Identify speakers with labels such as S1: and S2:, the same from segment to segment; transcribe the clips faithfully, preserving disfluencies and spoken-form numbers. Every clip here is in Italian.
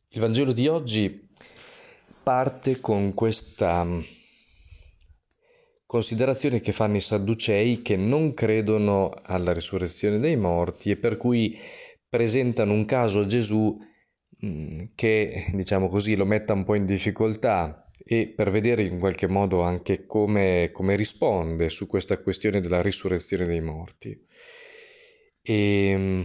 S1: Il Vangelo di oggi parte con questa mm, considerazione che fanno i Sadducei che non credono alla risurrezione dei morti e per cui presentano un caso a Gesù mm, che, diciamo così, lo metta un po' in difficoltà e per vedere in qualche modo anche come, come risponde su questa questione della risurrezione dei morti. E mm,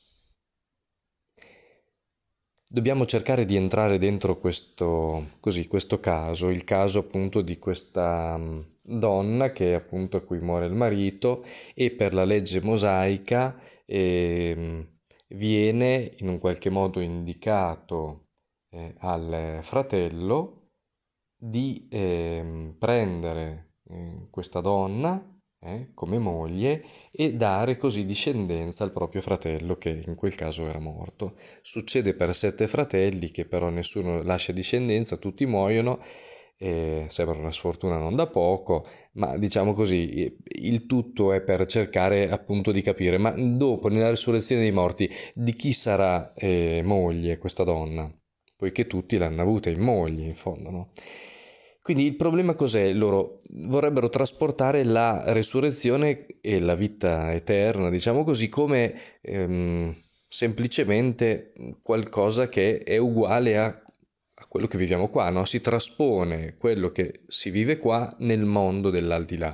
S1: Dobbiamo cercare di entrare dentro questo, così, questo caso, il caso appunto di questa mm, donna che appunto a cui muore il marito e per la legge mosaica ehm, viene in un qualche modo indicato eh, al fratello di ehm, prendere eh, questa donna eh, come moglie e dare così discendenza al proprio fratello che in quel caso era morto. Succede per sette fratelli che però nessuno lascia discendenza, tutti muoiono, eh, sembra una sfortuna non da poco, ma diciamo così, il tutto è per cercare appunto di capire, ma dopo nella risurrezione dei morti di chi sarà eh, moglie questa donna? Poiché tutti l'hanno avuta in moglie in fondo, no? Quindi il problema cos'è? Loro vorrebbero trasportare la resurrezione e la vita eterna, diciamo così, come ehm, semplicemente qualcosa che è uguale a, a quello che viviamo qua, no? Si traspone quello che si vive qua nel mondo dell'aldilà.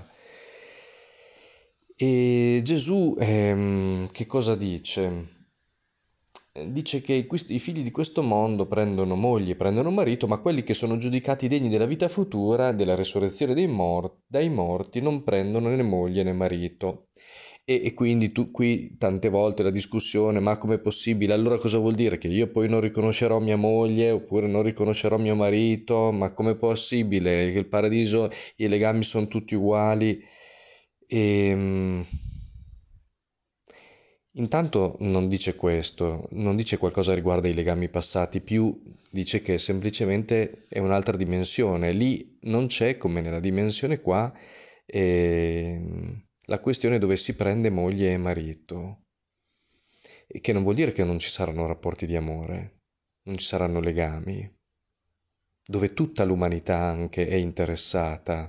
S1: E Gesù ehm, che cosa dice? Dice che i, questi- i figli di questo mondo prendono moglie, e prendono marito, ma quelli che sono giudicati degni della vita futura, della resurrezione dei mor- dai morti, non prendono né moglie né marito. E, e quindi tu, qui tante volte la discussione, ma com'è possibile? Allora cosa vuol dire? Che io poi non riconoscerò mia moglie oppure non riconoscerò mio marito? Ma com'è possibile? Che il paradiso, i legami sono tutti uguali? E, Intanto non dice questo, non dice qualcosa riguardo ai legami passati, più dice che semplicemente è un'altra dimensione. Lì non c'è, come nella dimensione qua, ehm, la questione dove si prende moglie e marito. E che non vuol dire che non ci saranno rapporti di amore, non ci saranno legami, dove tutta l'umanità anche è interessata.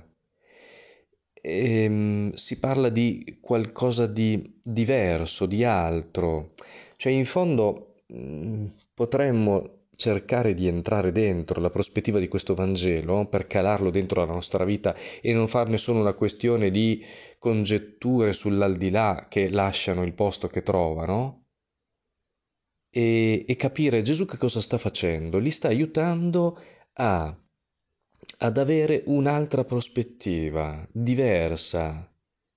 S1: Ehm, si parla di qualcosa di diverso, di altro. Cioè, in fondo, mh, potremmo cercare di entrare dentro la prospettiva di questo Vangelo per calarlo dentro la nostra vita e non farne solo una questione di congetture sull'aldilà che lasciano il posto che trovano e, e capire Gesù che cosa sta facendo. Li sta aiutando a ad avere un'altra prospettiva, diversa.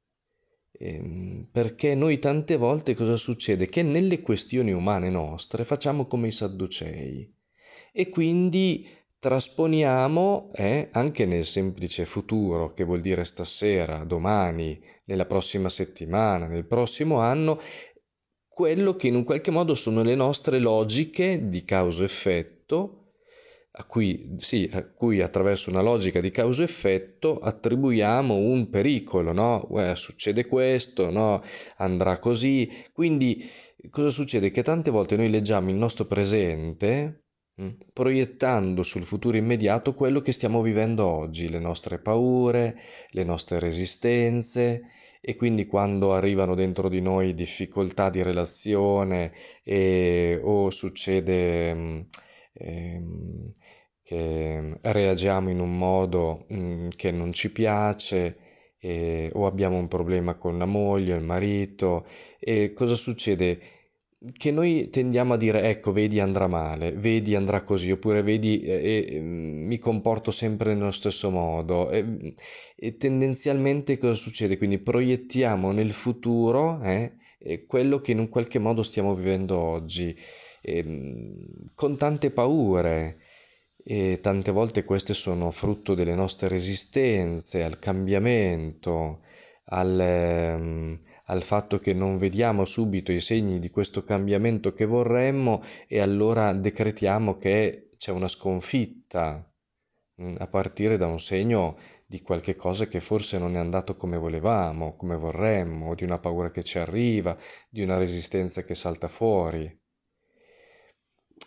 S1: Ehm, Perché noi tante volte cosa succede? Che nelle questioni umane nostre facciamo come i Sadducei e quindi trasponiamo eh, anche nel semplice futuro, che vuol dire stasera, domani, nella prossima settimana, nel prossimo anno, quello che in un qualche modo sono le nostre logiche di causa-effetto, a cui, sì, a cui attraverso una logica di causa-effetto attribuiamo un pericolo, no? Eh, succede questo, no? Andrà così. Quindi cosa succede? Che tante volte noi leggiamo il nostro presente mh, proiettando sul futuro immediato quello che stiamo vivendo oggi, le nostre paure, le nostre resistenze e quindi quando arrivano dentro di noi difficoltà di relazione e, o succede mh, ehm, che reagiamo in un modo mh, che non ci piace e- o abbiamo un problema con la moglie, il marito e cosa succede? Che noi tendiamo a dire ecco vedi andrà male, vedi andrà così oppure vedi eh, eh, mi comporto sempre nello stesso modo e, e tendenzialmente cosa succede? Quindi proiettiamo nel futuro eh, eh, quello che in un qualche modo stiamo vivendo oggi ehm, con tante paure e tante volte queste sono frutto delle nostre resistenze al cambiamento, al, ehm, al fatto che non vediamo subito i segni di questo cambiamento che vorremmo e allora decretiamo che c'è una sconfitta, mm, a partire da un segno di qualche cosa che forse non è andato come volevamo, come vorremmo, o di una paura che ci arriva, di una resistenza che salta fuori.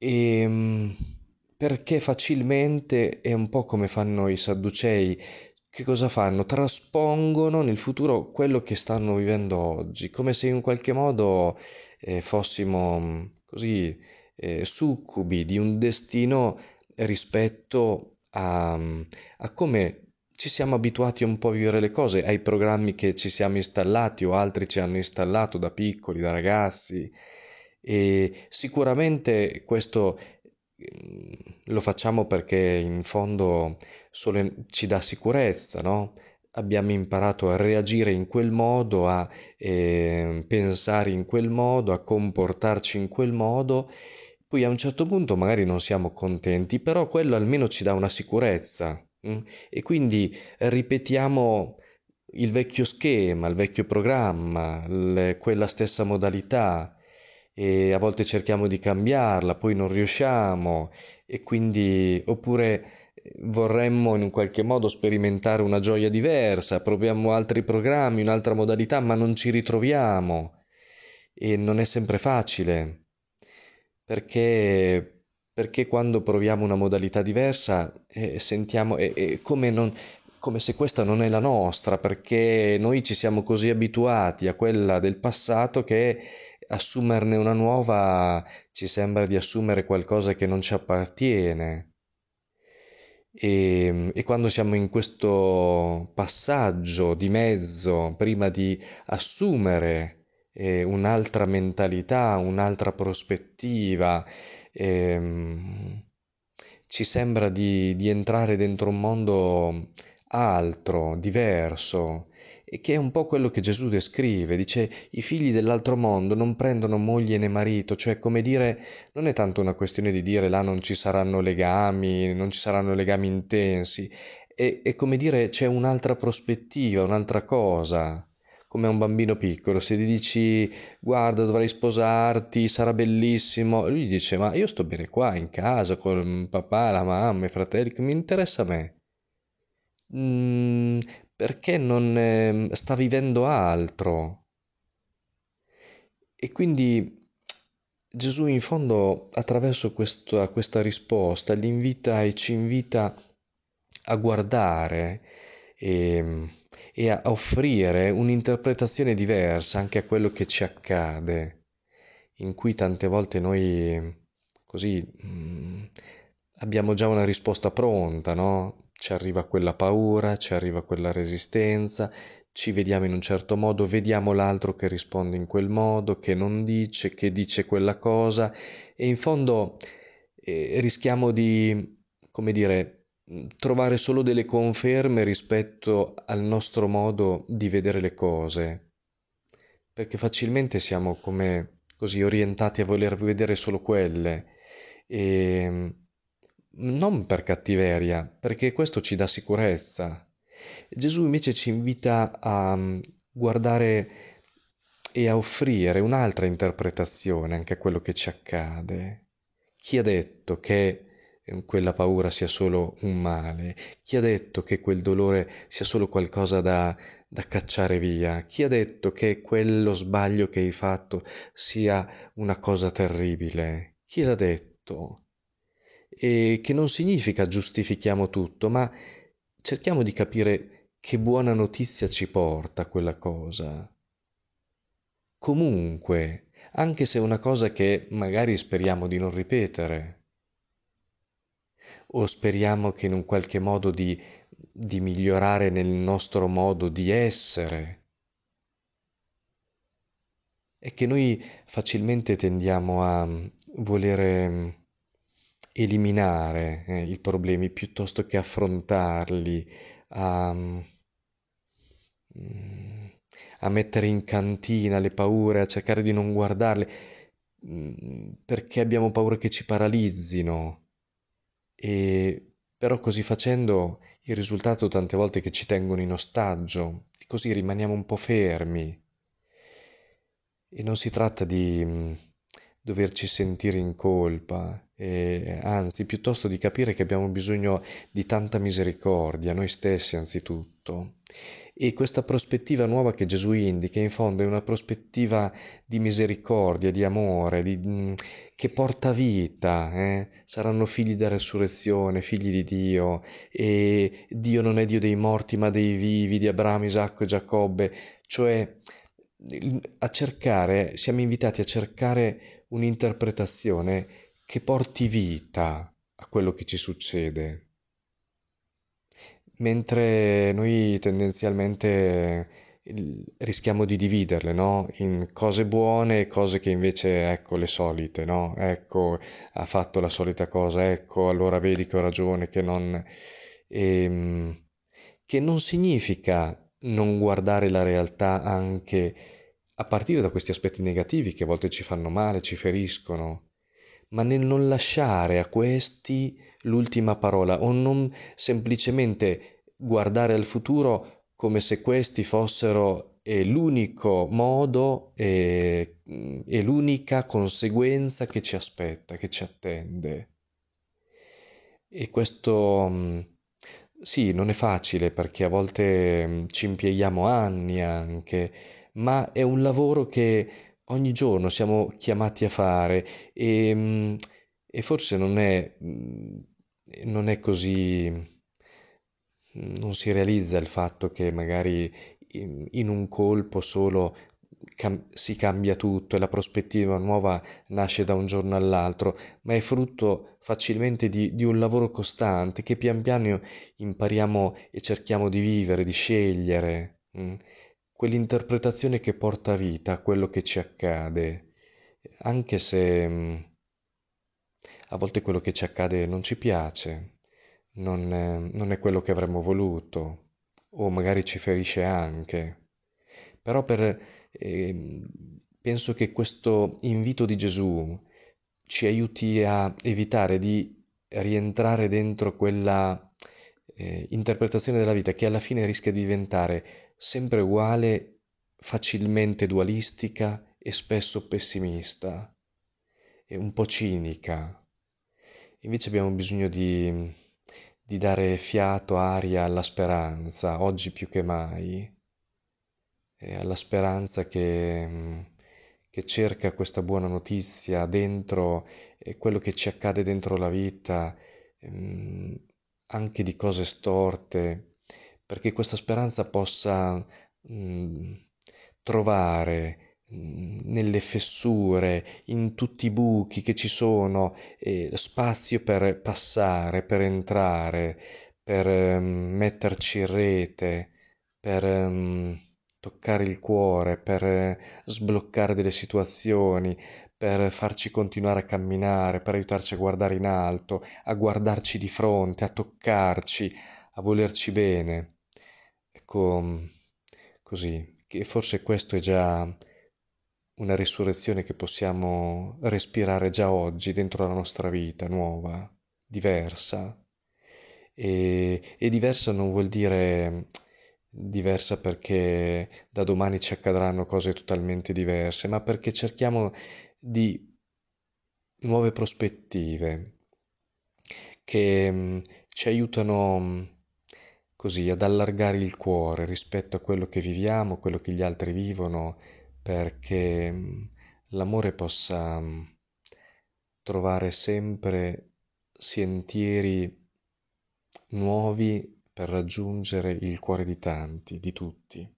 S1: E, mm, perché facilmente è un po' come fanno i Sadducei. Che cosa fanno? Traspongono nel futuro quello che stanno vivendo oggi, come se in qualche modo eh, fossimo mm, così eh, succubi di un destino rispetto a, mm, a come ci siamo abituati un po' a vivere le cose, ai programmi che ci siamo installati o altri ci hanno installato da piccoli, da ragazzi. E sicuramente questo mm, lo facciamo perché in fondo solo ci dà sicurezza, no? Abbiamo imparato a reagire in quel modo, a eh, pensare in quel modo, a comportarci in quel modo. Poi a un certo punto magari non siamo contenti, però quello almeno ci dà una sicurezza. Mm? E quindi ripetiamo il vecchio schema, il vecchio programma, le- quella stessa modalità e a volte cerchiamo di cambiarla, poi non riusciamo e quindi oppure eh, vorremmo in un qualche modo sperimentare una gioia diversa, proviamo altri programmi, un'altra modalità, ma non ci ritroviamo e non è sempre facile perché, perché quando proviamo una modalità diversa eh, sentiamo è, è come, non, come se questa non è la nostra, perché noi ci siamo così abituati a quella del passato che assumerne una nuova ci sembra di assumere qualcosa che non ci appartiene. E, e quando siamo in questo passaggio di mezzo, prima di assumere eh, un'altra mentalità, un'altra prospettiva, ehm, ci sembra di, di entrare dentro un mondo altro, diverso, e che è un po' quello che Gesù descrive. Dice, i figli dell'altro mondo non prendono moglie né marito, cioè come dire, non è tanto una questione di dire là non ci saranno legami, non ci saranno legami intensi, è, è come dire c'è un'altra prospettiva, un'altra cosa. Come a un bambino piccolo, se gli dici guarda dovrai sposarti, sarà bellissimo, lui dice ma io sto bene qua in casa con il papà, la mamma, i fratelli, che mi interessa a me? Mm, perché non eh, sta vivendo altro? E quindi Gesù in fondo attraverso questa, questa risposta li invita e ci invita a guardare e, e a offrire un'interpretazione diversa anche a quello che ci accade, in cui tante volte noi così mm, abbiamo già una risposta pronta, no? Ci arriva quella paura, ci arriva quella resistenza, ci vediamo in un certo modo, vediamo l'altro che risponde in quel modo, che non dice, che dice quella cosa e in fondo eh, rischiamo di, come dire, mh, trovare solo delle conferme rispetto al nostro modo di vedere le cose, perché facilmente siamo come così orientati a voler vedere solo quelle e mh, non per cattiveria, perché questo ci dà sicurezza. Gesù invece ci invita a mm, guardare e a offrire un'altra interpretazione anche a quello che ci accade. Chi ha detto che eh, quella paura sia solo un male? Chi ha detto che quel dolore sia solo qualcosa da, da cacciare via? Chi ha detto che quello sbaglio che hai fatto sia una cosa terribile? Chi l'ha detto? E che non significa giustifichiamo tutto, ma cerchiamo di capire che buona notizia ci porta quella cosa. Comunque, anche se è una cosa che magari speriamo di non ripetere, o speriamo che in un qualche modo di, di migliorare nel nostro modo di essere, è che noi facilmente tendiamo a volere eliminare eh, i problemi piuttosto che affrontarli, a, mm, a mettere in cantina le paure, a cercare di non guardarle, mm, perché abbiamo paura che ci paralizzino. E però così facendo il risultato tante volte è che ci tengono in ostaggio e così rimaniamo un po' fermi. E non si tratta di mh, doverci sentire in colpa, e, anzi, piuttosto di capire che abbiamo bisogno di tanta misericordia, noi stessi anzitutto, E questa prospettiva nuova che Gesù indica, in fondo, è una prospettiva di misericordia, di amore, di, mm, che porta vita. Eh? Saranno figli della resurrezione, figli di Dio, e Dio non è Dio dei morti ma dei vivi, di Abramo, Isacco e Giacobbe, cioè a cercare, siamo invitati a cercare un'interpretazione che porti vita a quello che ci succede. Mentre noi tendenzialmente il- rischiamo di dividerle, no? In cose buone e cose che invece, ecco, le solite, no? Ecco, ha fatto la solita cosa, ecco, allora vedi che ho ragione, che non... ehm, che non significa non guardare la realtà anche a partire da questi aspetti negativi che a volte ci fanno male, ci feriscono, ma nel non lasciare a questi l'ultima parola o non semplicemente guardare al futuro come se questi fossero eh, l'unico modo e, e l'unica conseguenza che ci aspetta, che ci attende. E questo mh, sì, non è facile perché a volte mh, ci impieghiamo anni anche, ma è un lavoro che ogni giorno siamo chiamati a fare e, mh, e forse non è, mh, non è così, non si realizza il fatto che magari in, in un colpo solo cam- si cambia tutto e la prospettiva nuova nasce da un giorno all'altro, ma è frutto facilmente di, di un lavoro costante che pian piano impariamo e cerchiamo di vivere, di scegliere. mm, Quell'interpretazione che porta vita a quello che ci accade, anche se mm, a volte quello che ci accade non ci piace, non è, non è quello che avremmo voluto, o magari ci ferisce anche. Però per, ehm, penso che questo invito di Gesù ci aiuti a evitare di rientrare dentro quella eh, interpretazione della vita che alla fine rischia di diventare sempre uguale, facilmente dualistica e spesso pessimista e un po' cinica. Invece abbiamo bisogno di, di dare fiato, aria alla speranza, oggi più che mai, e alla speranza che, mm, che cerca questa buona notizia dentro eh, quello che ci accade dentro la vita, mm, anche di cose storte, perché questa speranza possa mm, trovare mm, nelle fessure, in tutti i buchi che ci sono, eh, spazio per passare, per entrare, per ehm, metterci in rete, per ehm, toccare il cuore, per eh, sbloccare delle situazioni, per farci continuare a camminare, per aiutarci a guardare in alto, a guardarci di fronte, a toccarci, a volerci bene. Ecco, così, che forse questo è già una risurrezione che possiamo respirare già oggi dentro la nostra vita nuova, diversa. E, e diversa non vuol dire diversa perché da domani ci accadranno cose totalmente diverse, ma perché cerchiamo di nuove prospettive che mm, ci aiutano mm, così ad allargare il cuore rispetto a quello che viviamo, quello che gli altri vivono, perché mm, l'amore possa mm, trovare sempre sentieri nuovi per raggiungere il cuore di tanti, di tutti.